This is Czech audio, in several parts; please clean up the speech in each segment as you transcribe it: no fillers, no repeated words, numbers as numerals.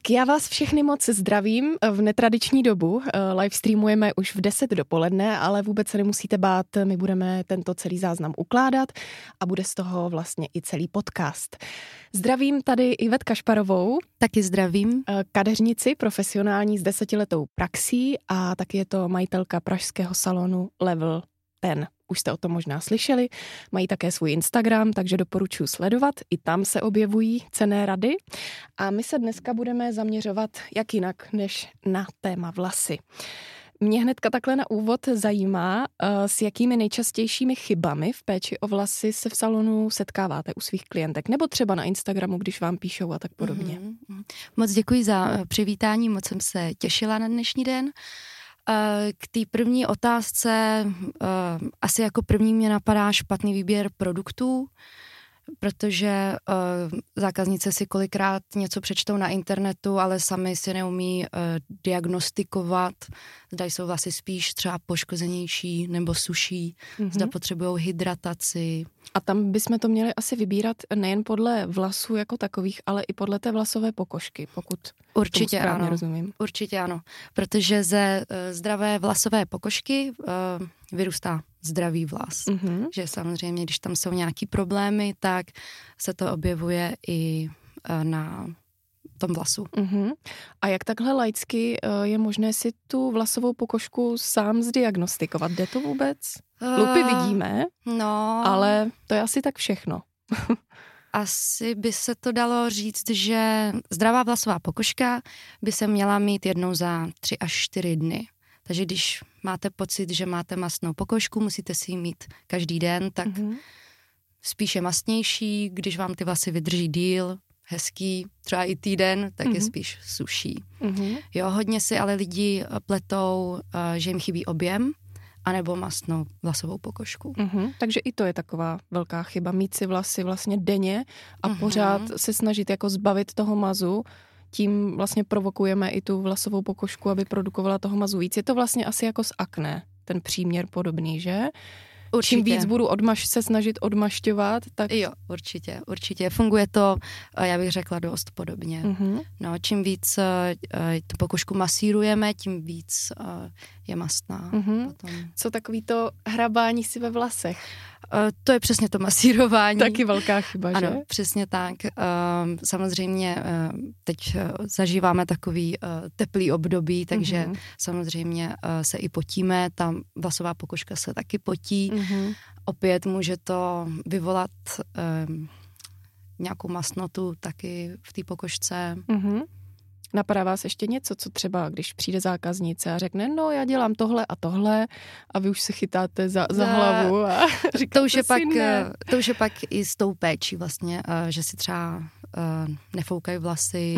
Tak já vás všechny moc zdravím v netradiční dobu. Live streamujeme už v 10 dopoledne, ale vůbec se nemusíte bát, my budeme tento celý záznam ukládat a bude z toho vlastně i celý podcast. Zdravím tady Ivet Kašparovou. Taky zdravím. Kadeřnici profesionální s 10letou praxí a taky je to majitelka pražského salonu Level 10. Už jste o tom možná slyšeli, mají také svůj Instagram, takže doporučuji sledovat, i tam se objevují cenné rady. A my se dneska budeme zaměřovat jak jinak, než na téma vlasy. Mě hnedka takhle na úvod zajímá, s jakými nejčastějšími chybami v péči o vlasy se v salonu setkáváte u svých klientek, nebo třeba na Instagramu, když vám píšou a tak podobně. Moc děkuji za přivítání, moc jsem se těšila na dnešní den. K té první otázce asi jako první mě napadá špatný výběr produktů, protože zákaznice si kolikrát něco přečtou na internetu, ale sami si neumí diagnostikovat, zda jsou vlasy spíš třeba poškozenější nebo suší, zda potřebují hydrataci. A tam bychom to měli asi vybírat nejen podle vlasů jako takových, ale i podle té vlasové pokožky, pokud určitě tomu správně ano, rozumím. Určitě ano, protože ze zdravé vlasové pokožky vyrůstá zdravý vlas. Že samozřejmě, když tam jsou nějaký problémy, tak se to objevuje i na tom vlasu. A jak takhle laicky je možné si tu vlasovou pokožku sám zdiagnostikovat? Jde to vůbec? Lupy vidíme, ale to je asi tak všechno. Asi by se to dalo říct, že zdravá vlasová pokožka by se měla mít jednou za 3 až 4 dny. Takže když máte pocit, že máte mastnou pokožku, musíte si ji mít každý den, tak spíš je mastnější, když vám ty vlasy vydrží díl, hezký, třeba i týden, tak je spíš suší. Jo, hodně si ale lidi pletou, že jim chybí objem, anebo mastnou vlasovou pokožku. Takže i to je taková velká chyba, mít si vlasy vlastně denně a pořád se snažit jako zbavit toho mazu. Tím vlastně provokujeme i tu vlasovou pokožku, aby produkovala toho mazu víc. Je to vlastně asi jako s akné, ten příměr podobný, že? Určitě. Čím víc budu se snažit odmašťovat, tak... Jo, určitě. Funguje to, já bych řekla, dost podobně. No, čím víc tu pokožku masírujeme, tím víc je mastná. Potom. Co takový to hrabání si ve vlasech? To je přesně to masírování. Taky velká chyba, že? Ano, přesně tak. Samozřejmě teď zažíváme takový teplý období, takže samozřejmě se i potíme, ta vlasová pokožka se taky potí. Opět může to vyvolat nějakou mastnotu taky v té pokožce. Napadá vás ještě něco, co třeba, když přijde zákaznice a řekne, no já dělám tohle a tohle a vy už se chytáte za hlavu a říkáte to už je pak i s tou péčí vlastně, že si třeba nefoukají vlasy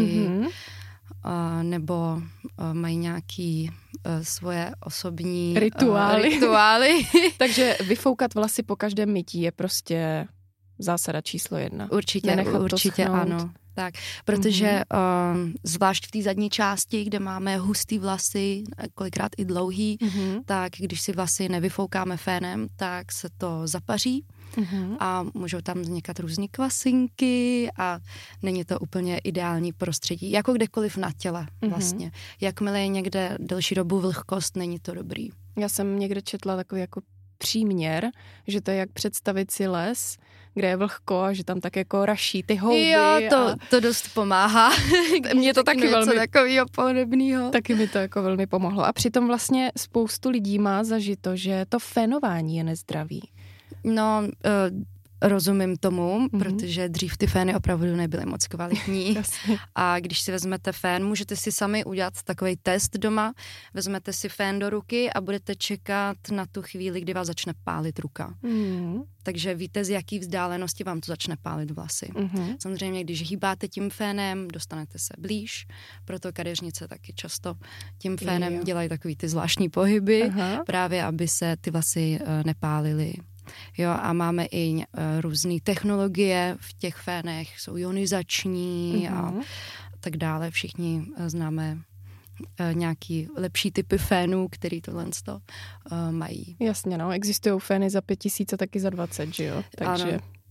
nebo mají nějaký svoje osobní rituály. Takže vyfoukat vlasy po každém mytí je prostě zásada číslo 1. Určitě ano. Tak, protože zvlášť v té zadní části, kde máme hustý vlasy, kolikrát i dlouhý, tak když si vlasy nevyfoukáme fénem, tak se to zapaří a můžou tam vznikat různý kvasinky a není to úplně ideální prostředí, jako kdekoliv na těle vlastně. Jakmile je někde delší dobu vlhkost, není to dobrý. Já jsem někde četla takový jako příměr, že to je jak představit si les, kde je vlhko a že tam tak jako raší ty houby. Jo, to dost pomáhá. Mně to taky velmi takového podobného. Taky mi to jako velmi pomohlo. A přitom vlastně spoustu lidí má zažito, že to fénování je nezdravý. No, rozumím tomu, protože dřív ty fény opravdu nebyly moc kvalitní. A když si vezmete fén, můžete si sami udělat takový test doma, vezmete si fén do ruky a budete čekat na tu chvíli, kdy vás začne pálit ruka. Takže víte, z jaký vzdálenosti vám to začne pálit vlasy. Samozřejmě, když hýbáte tím fénem, dostanete se blíž, proto kadeřnice taky často tím fénem dělají takový ty zvláštní pohyby, právě aby se ty vlasy nepálily. Jo, a máme i různé technologie v těch fénech, jsou ionizační a tak dále. Všichni známe nějaký lepší typy fénů, který tohle mají. Jasně, no, existují fény za 5 000 a taky za 20, že jo? Takže...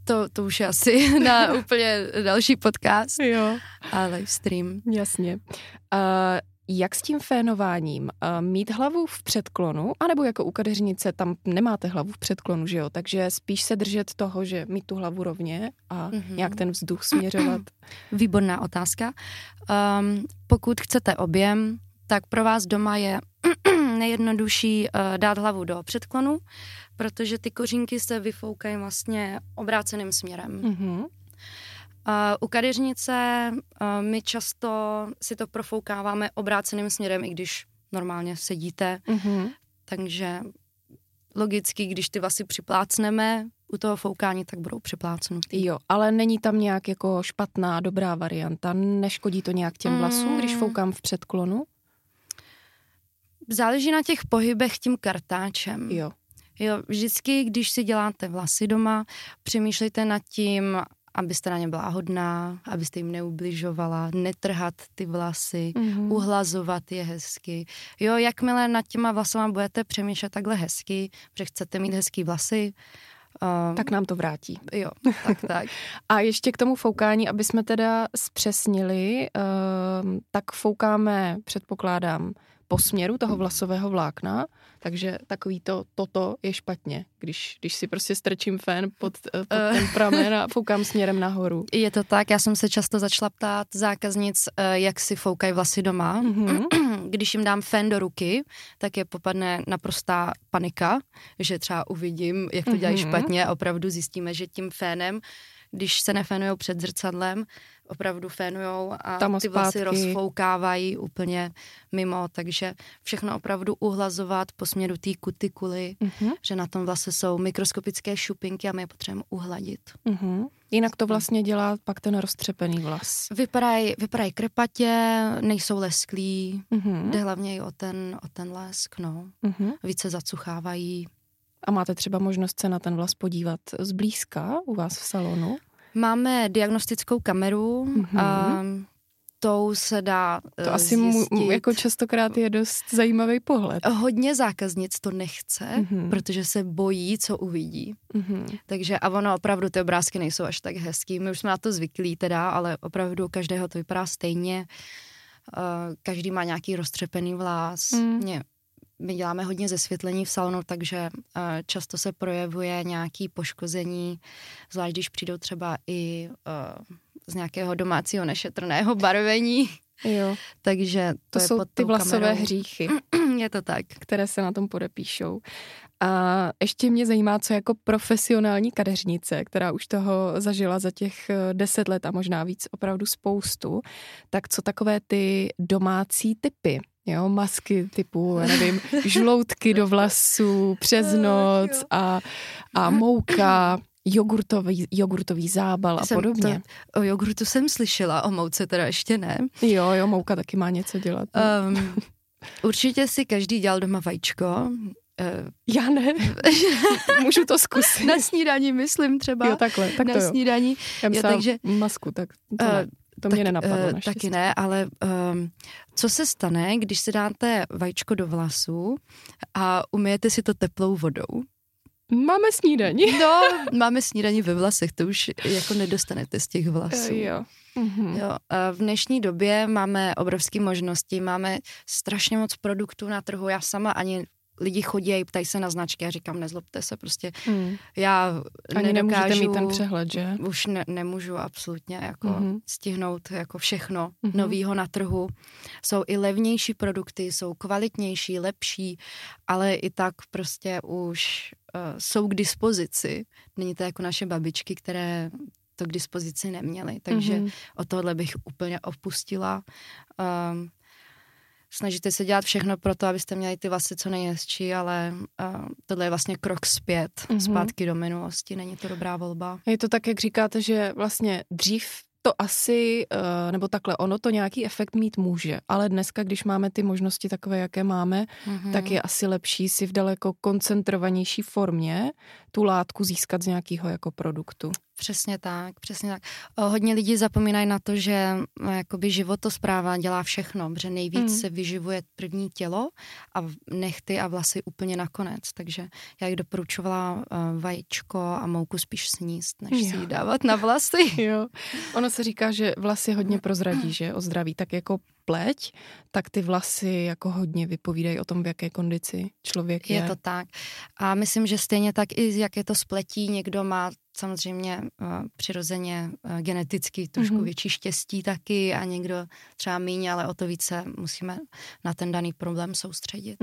To už je asi na úplně další podcast. Jo. A livestream. Jasně. Jak s tím fénováním? Mít hlavu v předklonu, anebo jako u kadeřnice tam nemáte hlavu v předklonu, že jo? Takže spíš se držet toho, že mít tu hlavu rovně a nějak ten vzduch směřovat. Výborná otázka. Pokud chcete objem, tak pro vás doma je nejjednodušší dát hlavu do předklonu, protože ty kořínky se vyfoukají vlastně obráceným směrem. Mm-hmm. U kadeřnice my často si to profoukáváme obráceným směrem, i když normálně sedíte. Mm-hmm. Takže logicky, když ty vlasy připlácneme u toho foukání, tak budou připlácnutý. Jo, ale není tam nějak jako špatná, dobrá varianta? Neškodí to nějak těm vlasům, když foukám v předklonu? Záleží na těch pohybech tím kartáčem. Jo. Jo, vždycky, když si děláte vlasy doma, přemýšlejte nad tím, abyste na ně byla hodná, abyste jim neubližovala, netrhat ty vlasy, uhlazovat je hezky. Jo, jakmile nad těma vlasama budete přemýšlet takhle hezky, že chcete mít hezký vlasy, tak nám to vrátí. Jo, tak. A ještě k tomu foukání, aby jsme teda zpřesnili, tak foukáme, předpokládám, po směru toho vlasového vlákna, takže takový toto je špatně, když si prostě strčím fén pod ten pramen a foukám směrem nahoru. Je to tak, já jsem se často začala ptát zákaznic, jak si foukají vlasy doma. Mm-hmm. Když jim dám fén do ruky, tak je popadne naprostá panika, že třeba uvidím, jak to dělají špatně a opravdu zjistíme, že tím fénem, když se nefénujou před zrcadlem, opravdu fénujou a ty vlasy rozfoukávají úplně mimo, takže všechno opravdu uhlazovat po směru té kutikuly, že na tom vlase jsou mikroskopické šupinky a my je potřebujeme uhladit. Jinak to vlastně dělá pak ten roztřepený vlas. Vypadají krpatě, nejsou lesklí, jde hlavně i o ten lesk, no. Více zacuchávají. A máte třeba možnost se na ten vlas podívat zblízka u vás v salonu? Máme diagnostickou kameru a tou se dá to asi jako častokrát je dost zajímavý pohled. Hodně zákaznic to nechce, protože se bojí, co uvidí. Takže a ono opravdu ty obrázky nejsou až tak hezký. My už jsme na to zvyklí teda, ale opravdu každého to vypadá stejně. Každý má nějaký roztřepený vlas. My děláme hodně zesvětlení v salonu, takže často se projevuje nějaké poškození, zvlášť když přijdou třeba i z nějakého domácího nešetrného barvení. Jo. Takže to je jsou pod ty vlasové kamerou. hříchy. Je to tak. Které se na tom podepíšou. A ještě mě zajímá, co jako profesionální kadeřnice, která už toho zažila za těch 10 let a možná víc opravdu spoustu, tak co takové ty domácí typy? Jo, masky typu, nevím, žloutky do vlasů přes noc a mouka, jogurtový zábal a podobně. O jogurtu jsem slyšela, o mouce teda ještě ne. Jo, mouka taky má něco dělat. Určitě si každý dělal doma vajíčko. Já ne. Můžu to zkusit. Na snídani, myslím třeba. Jo, takhle. Tak na to jo. snídani. Já myslela takže masku, tak to mě nenapadlo naštěstí. Taky ne, ale co se stane, když si dáte vajíčko do vlasů a umyjete si to teplou vodou? Máme snídani. No, máme snídani ve vlasech, to už jako nedostanete z těch vlasů. Jo. Jo, v dnešní době máme obrovské možnosti, máme strašně moc produktů na trhu, já sama ani lidi chodí a ptají se na značky a říkám, nezlobte se, prostě já ani nedokážu, nemůžete mít ten přehled, že? Už nemůžu absolutně jako stihnout jako všechno novýho na trhu. Jsou i levnější produkty, jsou kvalitnější, lepší, ale i tak prostě už jsou k dispozici. Není to jako naše babičky, které to k dispozici neměly, takže od tohle bych úplně opustila. Snažíte se dělat všechno pro to, abyste měli ty vlasy co nejhezčí, ale tohle je vlastně krok zpět, zpátky do minulosti, není to dobrá volba. Je to tak, jak říkáte, že vlastně dřív to asi, nebo takhle, ono to nějaký efekt mít může, ale dneska, když máme ty možnosti takové, jaké máme, tak je asi lepší si v daleko koncentrovanější formě tu látku získat z nějakého jako produktu. Přesně tak, přesně tak. Hodně lidí zapomínají na to, že jakoby životospráva dělá všechno, protože nejvíc se vyživuje první tělo a nehty a vlasy úplně nakonec, takže já bych doporučovala vajíčko a mouku spíš sníst, než si ji dávat na vlasy. Jo. Ono se říká, že vlasy hodně prozradí, že o zdraví, tak jako pleť, tak ty vlasy jako hodně vypovídají o tom, v jaké kondici člověk je. Je to tak. A myslím, že stejně tak i jak je to spletí, někdo má samozřejmě přirozeně geneticky trošku větší štěstí taky a někdo třeba míň, ale o to více musíme na ten daný problém soustředit.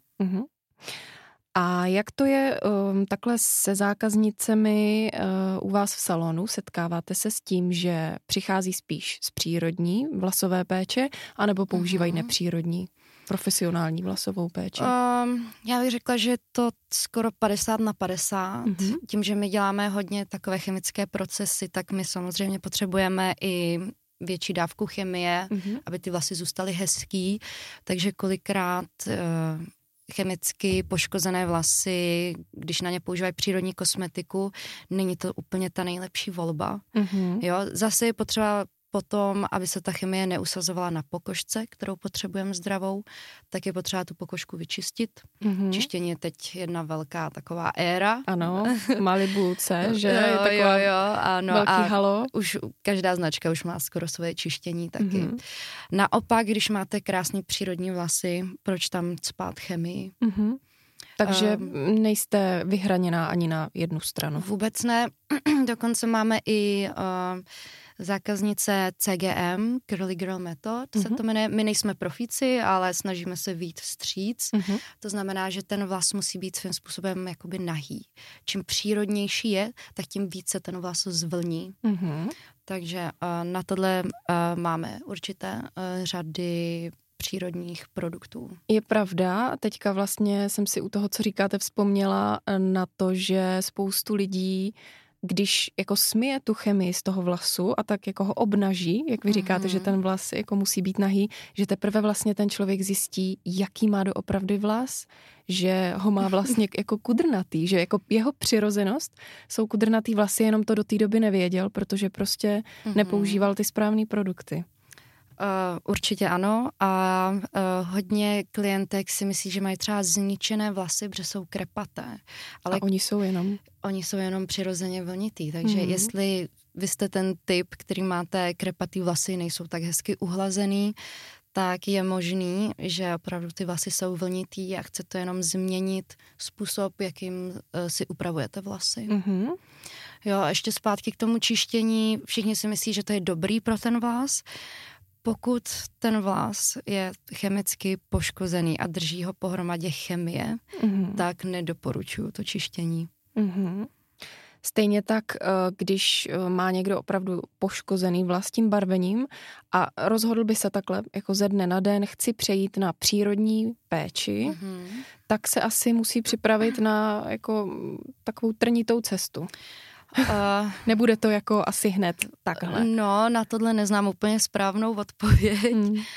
A jak to je takhle se zákaznicemi u vás v salonu? Setkáváte se s tím, že přichází spíš z přírodní vlasové péče, anebo používají nepřírodní profesionální vlasovou péči? Já bych řekla, že je to skoro 50/50. Tím, že my děláme hodně takové chemické procesy, tak my samozřejmě potřebujeme i větší dávku chemie, aby ty vlasy zůstaly hezký, takže kolikrát chemicky poškozené vlasy, když na ně používají přírodní kosmetiku, není to úplně ta nejlepší volba. Jo, zase je potřeba potom, aby se ta chemie neusazovala na pokožce, kterou potřebujeme zdravou, tak je potřeba tu pokožku vyčistit. Čištění je teď jedna velká taková éra. Ano, Malibu C, že? Je taková ano, velký a halo. Už každá značka už má skoro svoje čištění taky. Naopak, když máte krásný přírodní vlasy, proč tam cpát chemii? Takže nejste vyhraněná ani na jednu stranu. Vůbec ne. Dokonce máme i zákaznice CGM, Curly Girl Method, se to jmenuje. My nejsme profíci, ale snažíme se vyjít vstříc. To znamená, že ten vlas musí být svým způsobem jakoby nahý. Čím přírodnější je, tak tím více ten vlas zvlní. Takže na tohle máme určité řady přírodních produktů. Je pravda, teďka vlastně jsem si u toho, co říkáte, vzpomněla na to, že spoustu lidí, když jako smije tu chemii z toho vlasu a tak jako ho obnaží, jak vy říkáte, že ten vlas jako musí být nahý, že teprve vlastně ten člověk zjistí, jaký má doopravdy vlas, že ho má vlastně jako kudrnatý, že jako jeho přirozenost jsou kudrnatý vlasy, jenom to do té doby nevěděl, protože prostě nepoužíval ty správné produkty. Určitě ano a hodně klientek si myslí, že mají třeba zničené vlasy, protože jsou krepaté. Ale a oni jsou jenom přirozeně vlnitý, takže jestli vy jste ten typ, který máte krepatý vlasy, nejsou tak hezky uhlazený, tak je možný, že opravdu ty vlasy jsou vlnitý a chcete jenom změnit způsob, jakým si upravujete vlasy. Jo, a ještě zpátky k tomu čištění. Všichni si myslí, že to je dobrý pro ten vlas. Pokud ten vlas je chemicky poškozený a drží ho pohromadě chemie, tak nedoporučuju to čištění. Stejně tak, když má někdo opravdu poškozený vlas tím barvením a rozhodl by se takhle jako ze dne na den, chci přejít na přírodní péči, tak se asi musí připravit na jako takovou trnitou cestu. Nebude to jako asi hned takhle. No, na tohle neznám úplně správnou odpověď.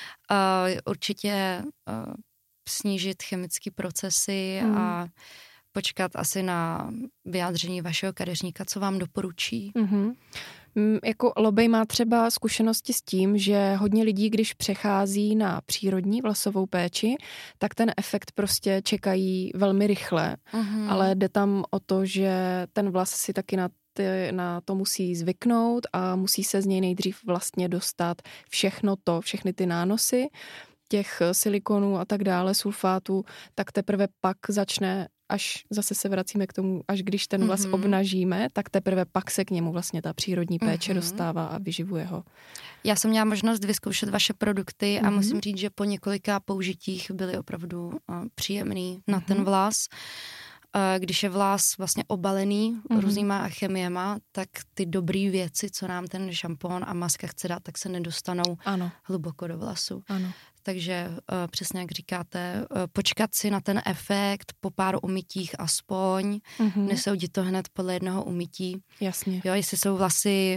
Určitě snížit chemické procesy a počkat asi na vyjádření vašeho kadeřníka, co vám doporučí. Jako Lobej má třeba zkušenosti s tím, že hodně lidí, když přechází na přírodní vlasovou péči, tak ten efekt prostě čekají velmi rychle, ale jde tam o to, že ten vlas si taky na to musí zvyknout a musí se z něj nejdřív vlastně dostat všechny ty nánosy těch silikonů a tak dále, sulfátů, tak teprve pak začne, až zase se vracíme k tomu, až když ten vlas obnažíme, tak teprve pak se k němu vlastně ta přírodní péče dostává a vyživuje ho. Já jsem měla možnost vyzkoušet vaše produkty a musím říct, že po několika použitích byly opravdu příjemný na ten vlas. Když je vlas vlastně obalený různýma chemiema, tak ty dobrý věci, co nám ten šampon a maska chce dát, tak se nedostanou hluboko do vlasu. Takže přesně jak říkáte, počkat si na ten efekt po pár umytích aspoň, nesoudit to hned podle jednoho umytí. Jasně. Jo, jestli jsou vlasy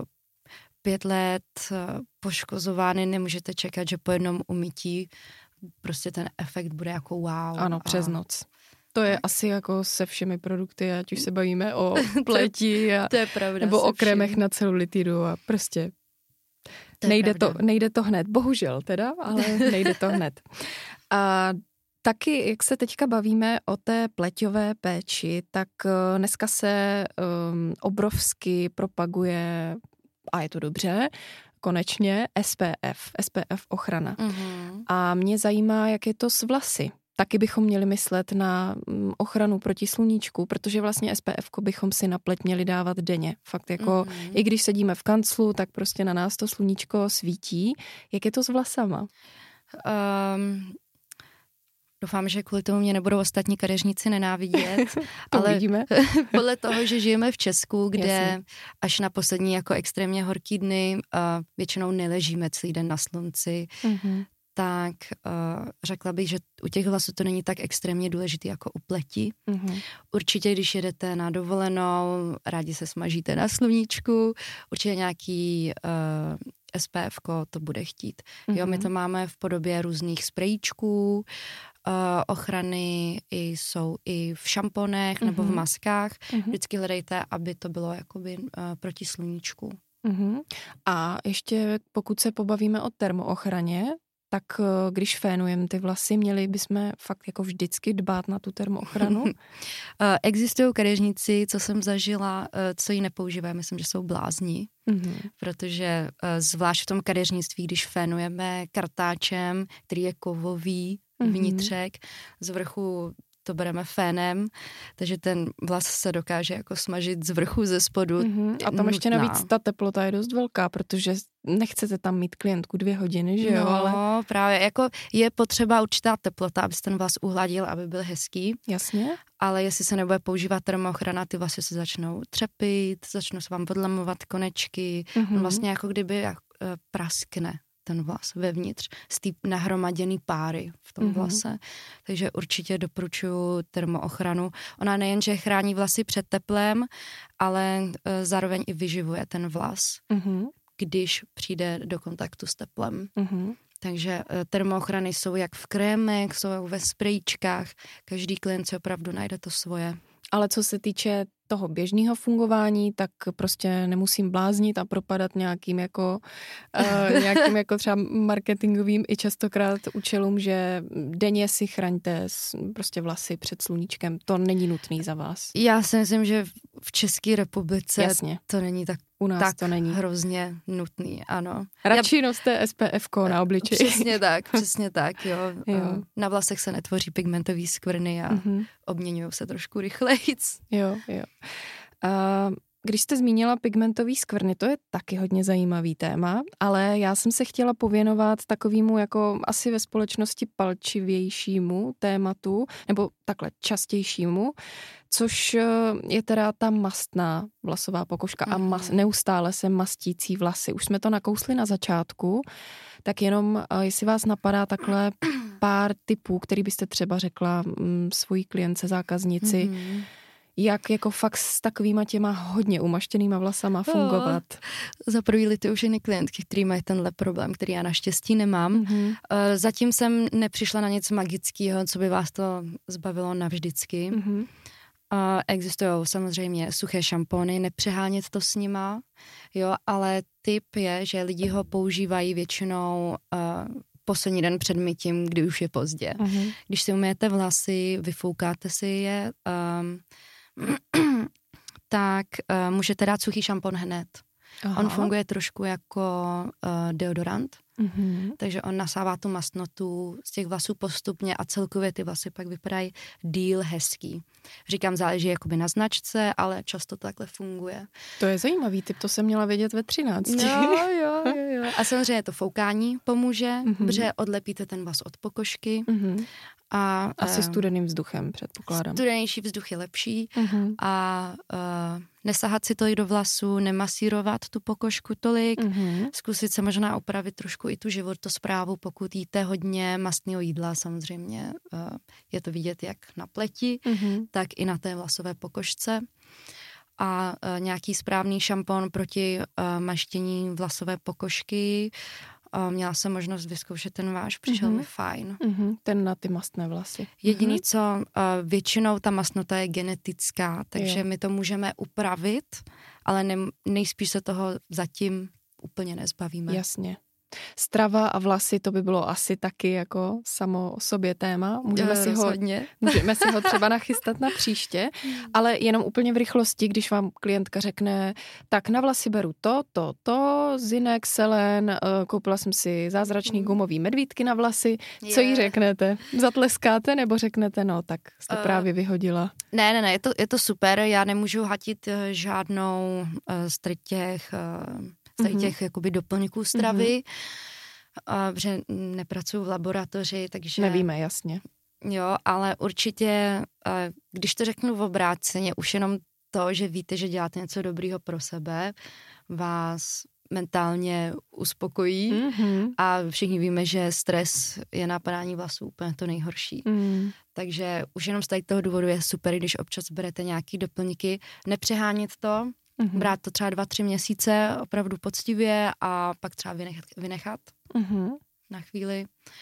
5 let poškozovány, nemůžete čekat, že po jednom umytí prostě ten efekt bude jako wow. Ano, přes noc. To je asi jako se všemi produkty, ať už se bavíme o pleti to je pravda, nebo o krémech na celulitidu a prostě nejde to hned. Bohužel teda, ale nejde to hned. A taky, jak se teďka bavíme o té pleťové péči, tak dneska se obrovsky propaguje, a je to dobře, konečně SPF ochrana. Mm-hmm. A mě zajímá, jak je to s vlasy. Taky bychom měli myslet na ochranu proti sluníčku, protože vlastně SPF-ko bychom si na pleť měli dávat denně. Fakt jako, i když sedíme v kanclu, tak prostě na nás to sluníčko svítí. Jak je to s vlasama? Doufám, že kvůli tomu mě nebudou ostatní kadeřníci nenávidět, ale podle toho, že žijeme v Česku, kde až na poslední jako extrémně horký dny většinou neležíme celý den na slunci, tak řekla bych, že u těch vlasů to není tak extrémně důležitý jako u pleti. Určitě, když jedete na dovolenou, rádi se smažíte na sluníčku, určitě nějaký SPF-ko to bude chtít. Jo, my to máme v podobě různých sprejíčků, ochrany jsou i v šamponech nebo v maskách. Vždycky hledejte, aby to bylo jakoby proti sluníčku. A ještě pokud se pobavíme o termoochraně, tak když fénujeme ty vlasy, měli bychom fakt jako vždycky dbát na tu termoochranu? Existují kadeřníci, co jsem zažila, co ji nepoužívají, myslím, že jsou blázni, protože zvlášť v tom kadeřnictví, když fénujeme kartáčem, který je kovový vnitřek, z vrchu to bereme fénem, takže ten vlas se dokáže jako smažit z vrchu, ze spodu. A tam ještě navíc ta teplota je dost velká, protože nechcete tam mít klientku 2 hodiny, že jo? No, ale právě, jako je potřeba určitá teplota, aby se ten vlas uhladil, aby byl hezký. Jasně. Ale jestli se nebude používat termoochrana, ty vlasy se začnou třepit, začnou se vám podlamovat konečky, vlastně jako kdyby praskne ten vlas vevnitř z té nahromaděný páry v tom vlase. Takže určitě doporučuji termoochranu. Ona nejenže chrání vlasy před teplem, ale zároveň i vyživuje ten vlas, když přijde do kontaktu s teplem. Takže termoochrany jsou jak v krémech, jsou ve sprejíčkách. Každý klient si opravdu najde to svoje. Ale co se týče toho běžného fungování, tak prostě nemusím bláznit a propadat nějakým jako třeba marketingovým i častokrát účelům, že denně si chraňte prostě vlasy před sluníčkem. To není nutný za vás. Já si myslím, že v České republice to není tak u nás to není hrozně nutný, ano. Radši noste SPF-ko na obličeji. Přesně tak, jo. Na vlasech se netvoří pigmentový skvrny a obměňují se trošku rychlejc. Jo. Když jste zmínila pigmentový skvrny, to je taky hodně zajímavý téma, ale já jsem se chtěla pověnovat takovému jako asi ve společnosti palčivějšímu tématu, nebo takhle častějšímu, což je teda ta mastná vlasová pokožka a neustále se mastící vlasy. Už jsme to nakousli na začátku, tak jenom jestli vás napadá takhle pár tipů, který byste třeba řekla svojí klientce, zákaznici, jak jako fakt s takovýma těma hodně umaštěnýma vlasama fungovat. Za první ty už ženy klientky, který mají tenhle problém, který já naštěstí nemám. Zatím jsem nepřišla na něco magického, co by vás to zbavilo navždycky. Existují samozřejmě suché šampony, nepřehánět to s nima, jo, ale tip je, že lidi ho používají většinou poslední den před mytím, kdy už je pozdě. Když si umyjete vlasy, vyfoukáte si je, tak můžete dát suchý šampon hned. On funguje trošku jako deodorant, takže on nasává tu mastnotu z těch vlasů postupně a celkově ty vlasy pak vypadají díl hezký. Říkám, záleží jakoby na značce, ale často to takhle funguje. To je zajímavý tip, to jsem měla vědět ve 13. Jo. A samozřejmě to foukání pomůže, protože odlepíte ten vlas od pokožky. A asi studeným vzduchem, předpokládám. Studenější vzduch je lepší a nesahat si tolik do vlasů, nemasírovat tu pokožku tolik, zkusit se možná upravit trošku i tu životosprávu, pokud jíte hodně mastného jídla, samozřejmě je to vidět jak na pleti, tak i na té vlasové pokožce. A nějaký správný šampon proti maštění vlasové pokožky. měla jsem možnost vyzkoušet ten váš, přišel mi fajn. Ten na ty mastné vlasy. Jediný co, většinou ta masnota je genetická, takže my to můžeme upravit, ale nejspíš se toho zatím úplně nezbavíme. Jasně. Strava a vlasy, to by bylo asi taky jako samo o sobě téma. Můžeme si ho třeba nachystat na příště, ale jenom úplně v rychlosti, když vám klientka řekne, tak na vlasy beru to, Zinek, Selen, koupila jsem si zázračný gumový medvídky na vlasy. Co jí řeknete? Zatleskáte nebo řeknete, no tak jste právě vyhodila? Ne, je to super, já nemůžu hatit žádnou z těch jakoby doplňků stravy, protože nepracuji v laboratoři, takže... Nevíme, jasně. Jo, ale určitě, když to řeknu v obráceně, už jenom to, že víte, že děláte něco dobrýho pro sebe, vás mentálně uspokojí a všichni víme, že stres je na padání vlasů úplně to nejhorší. Takže už jenom z toho důvodu je super, když občas berete nějaký doplňky, nepřehánět to, brát to třeba 2-3 měsíce opravdu poctivě a pak třeba vynechat na chvíli.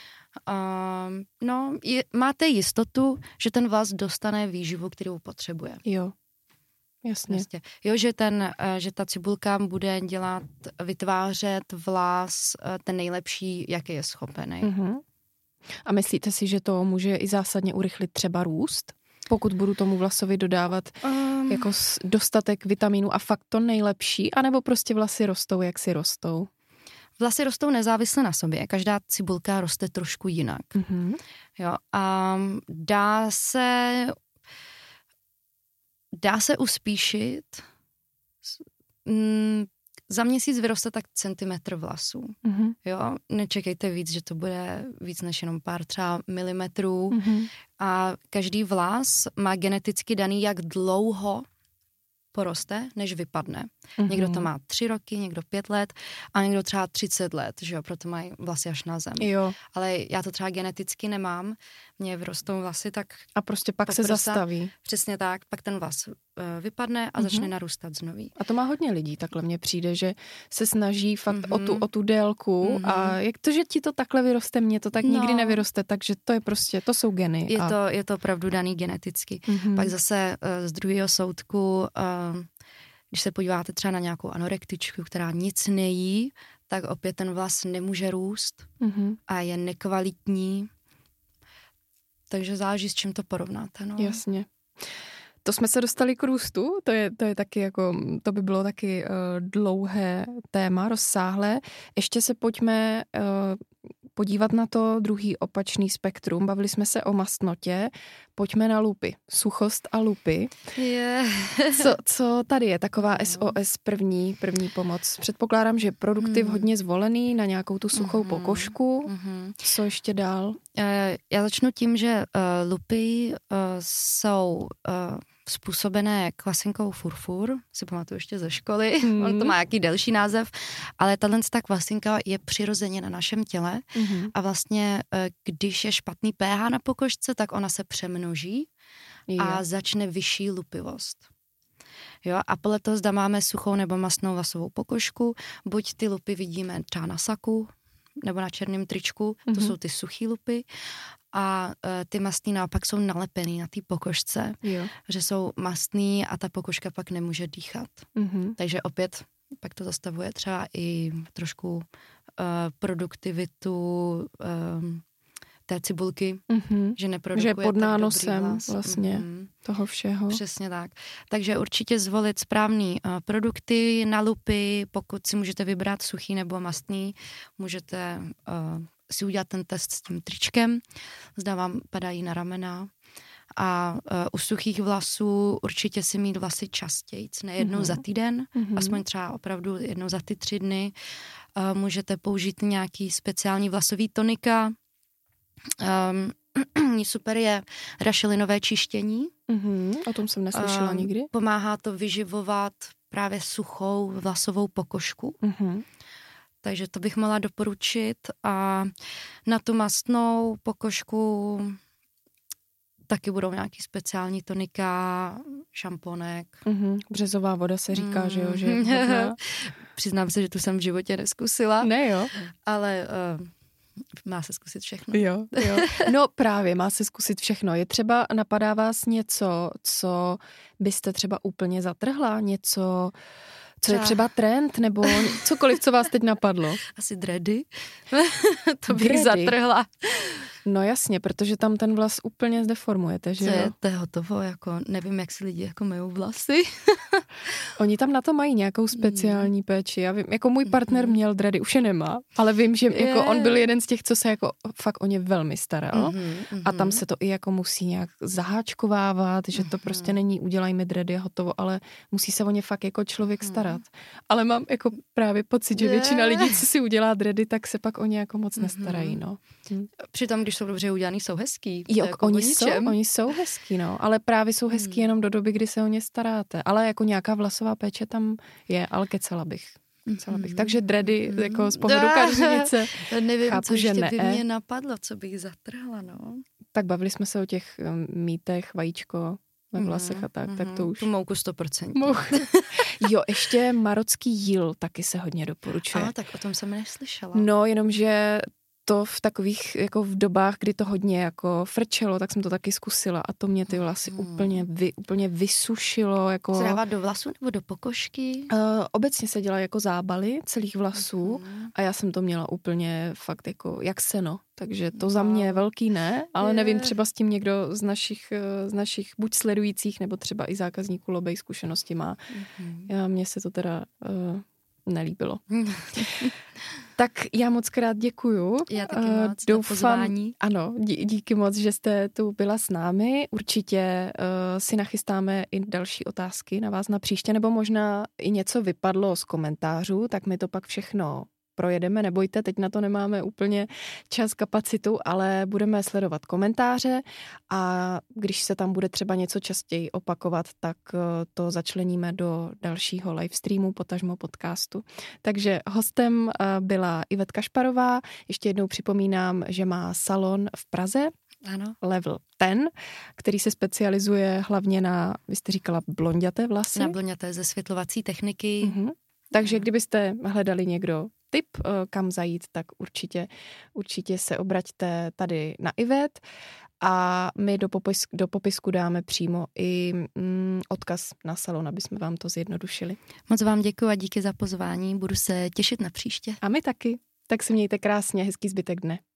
Máte jistotu, že ten vlas dostane výživu, kterou potřebuje. Jo, jasně. Jo, že ta cibulka bude vytvářet vlas ten nejlepší, jaký je schopený. A myslíte si, že to může i zásadně urychlit třeba růst? Pokud budu tomu vlasovi dodávat jako dostatek vitamínů a fakt to nejlepší, anebo prostě vlasy rostou, jak si rostou? Vlasy rostou nezávisle na sobě. Každá cibulka roste trošku jinak. Jo, a dá se uspíšit. Za měsíc vyroste tak centimetr vlasů. Jo, nečekejte víc, že to bude víc než jenom pár třeba milimetrů. A každý vlas má geneticky daný, jak dlouho poroste, než vypadne. Někdo to má 3 roky, někdo 5 let a někdo třeba 30 let, že jo, proto mají vlasy až na zem. Jo. Ale já to třeba geneticky nemám, mně vyrostou vlasy tak... A prostě pak se zastaví. Přesně tak, pak ten vlas vypadne a začne narůstat znovu. A to má hodně lidí, takhle mně přijde, že se snaží fakt o tu délku a jak to, že ti to takhle vyroste, mně to tak nikdy nevyroste, takže to je prostě, to jsou geny. Je to opravdu daný geneticky. Pak zase z druhého soudku, když se podíváte třeba na nějakou anorektičku, která nic nejí, tak opět ten vlas nemůže růst a je nekvalitní. Takže záleží, s čím to porovnáte. No. Jasně. To jsme se dostali k růstu, to je taky jako, to by bylo taky dlouhé téma, rozsáhlé. Ještě se pojďme podívat na to druhý opačný spektrum. Bavili jsme se o mastnotě, pojďme na lupy. Suchost a lupy. Co tady je taková SOS první pomoc? Předpokládám, že produktiv hodně zvolený na nějakou tu suchou pokožku. Co ještě dál? Já začnu tím, že lupy jsou způsobené kvasinkou furfur, si pamatuju ještě ze školy, on to má jaký delší název, ale tato kvasinka je přirozeně na našem těle a vlastně, když je špatný pH na pokožce, tak ona se přemnoží a začne vyšší lupivost. Jo, a podle toho, zda máme suchou nebo mastnou vlasovou pokožku, buď ty lupy vidíme třeba na saku, nebo na černém tričku, to jsou ty suchý lupy, a ty mastný naopak jsou nalepený na té pokožce, že jsou mastný a ta pokožka pak nemůže dýchat. Takže opět pak to zastavuje třeba i trošku produktivitu té cibulky, že neprodukuje že pod nánosem tak dobrý vlas. Vlastně toho všeho. Přesně tak. Takže určitě zvolit správný produkty na lupy, pokud si můžete vybrat suchý nebo mastný, můžete si udělat ten test s tím tričkem, zda vám padají na ramena. A u suchých vlasů určitě si mít vlasy častějc, ne jednou za týden, aspoň třeba opravdu jednou za ty 3 dny. Můžete použít nějaký speciální vlasový tonika. Super je rašelinové čištění. O tom jsem neslyšela nikdy. Pomáhá to vyživovat právě suchou vlasovou pokožku. Takže to bych mohla doporučit. A na tu mastnou pokožku taky budou nějaký speciální tonika, šamponek. Březová voda se říká, že jo? Že je Přiznám se, že tu jsem v životě neskusila. Ne, jo. Ale má se zkusit všechno. Jo. No právě, má se zkusit všechno. Je třeba, napadá vás něco, co byste třeba úplně zatrhla? Něco, co je třeba trend, nebo cokoliv, co vás teď napadlo? Asi dready. To bych zatrhla. No jasně, protože tam ten vlas úplně zdeformujete, že jo? To je hotovo, jako nevím, jak si lidi jako myjou vlasy. Oni tam na to mají nějakou speciální péči. Já vím, jako můj partner měl dready, už je nemá, ale vím, že jako on byl jeden z těch, co se jako fakt o ně velmi staral. A tam se to i jako musí nějak zaháčkovávat, že to prostě není udělaj mi dready a hotovo, ale musí se o ně fakt jako člověk starat. Ale mám jako právě pocit, že většina lidí, co si udělá dready, tak se pak o ně jako moc nestarají, no. Přitom, když jsou dobře udělaný, jsou hezký. Jo, jako oni jsou hezký, no, ale právě jsou hezký jenom do doby, kdy se o ně staráte. Ale jako nějaká vlasová péče tam je, ale kecela bych. Takže dready jako z pohledu každovice. Nevím, chápu, co ještě by ne. mě napadlo, co bych zatrhla, no. Tak bavili jsme se o těch mýtech, vajíčko ve vlasech a tak to už. Tu mouku 100%. Jo, ještě marocký jíl taky se hodně doporučuje. Tak o tom jsem neslyšela. No, jenomže to v takových, jako v dobách, kdy to hodně jako frčelo, tak jsem to taky zkusila a to mě ty vlasy úplně vysušilo. Jako... Se dává do vlasů nebo do pokožky? Obecně se dělají jako zábaly celých vlasů a já jsem to měla úplně fakt jako jak seno. Takže to za mě velký ne, ale nevím, třeba s tím někdo z našich buď sledujících, nebo třeba i zákazníků Lobej zkušenosti má. Mně se to teda nelíbilo. Tak já moc krát děkuju. Já taky moc za pozvání. Ano, díky moc, že jste tu byla s námi. Určitě si nachystáme i další otázky na vás na příště, nebo možná i něco vypadlo z komentářů, tak my to pak všechno projedeme, nebojte, teď na to nemáme úplně čas, kapacitu, ale budeme sledovat komentáře a když se tam bude třeba něco častěji opakovat, tak to začleníme do dalšího livestreamu, potažmo podcastu. Takže hostem byla Ivetka Šparová. Ještě jednou připomínám, že má salon v Praze, ano. Level 10, který se specializuje hlavně na, vy jste říkala, blonďaté vlasy. Na blonďaté zesvětlovací techniky. Takže kdybyste hledali někdo tip, kam zajít, tak určitě se obraťte tady na Ivet a my do popisku dáme přímo i odkaz na salon, aby jsme vám to zjednodušili. Moc vám děkuji a díky za pozvání, budu se těšit na příště. A my taky. Tak se mějte krásně, hezký zbytek dne.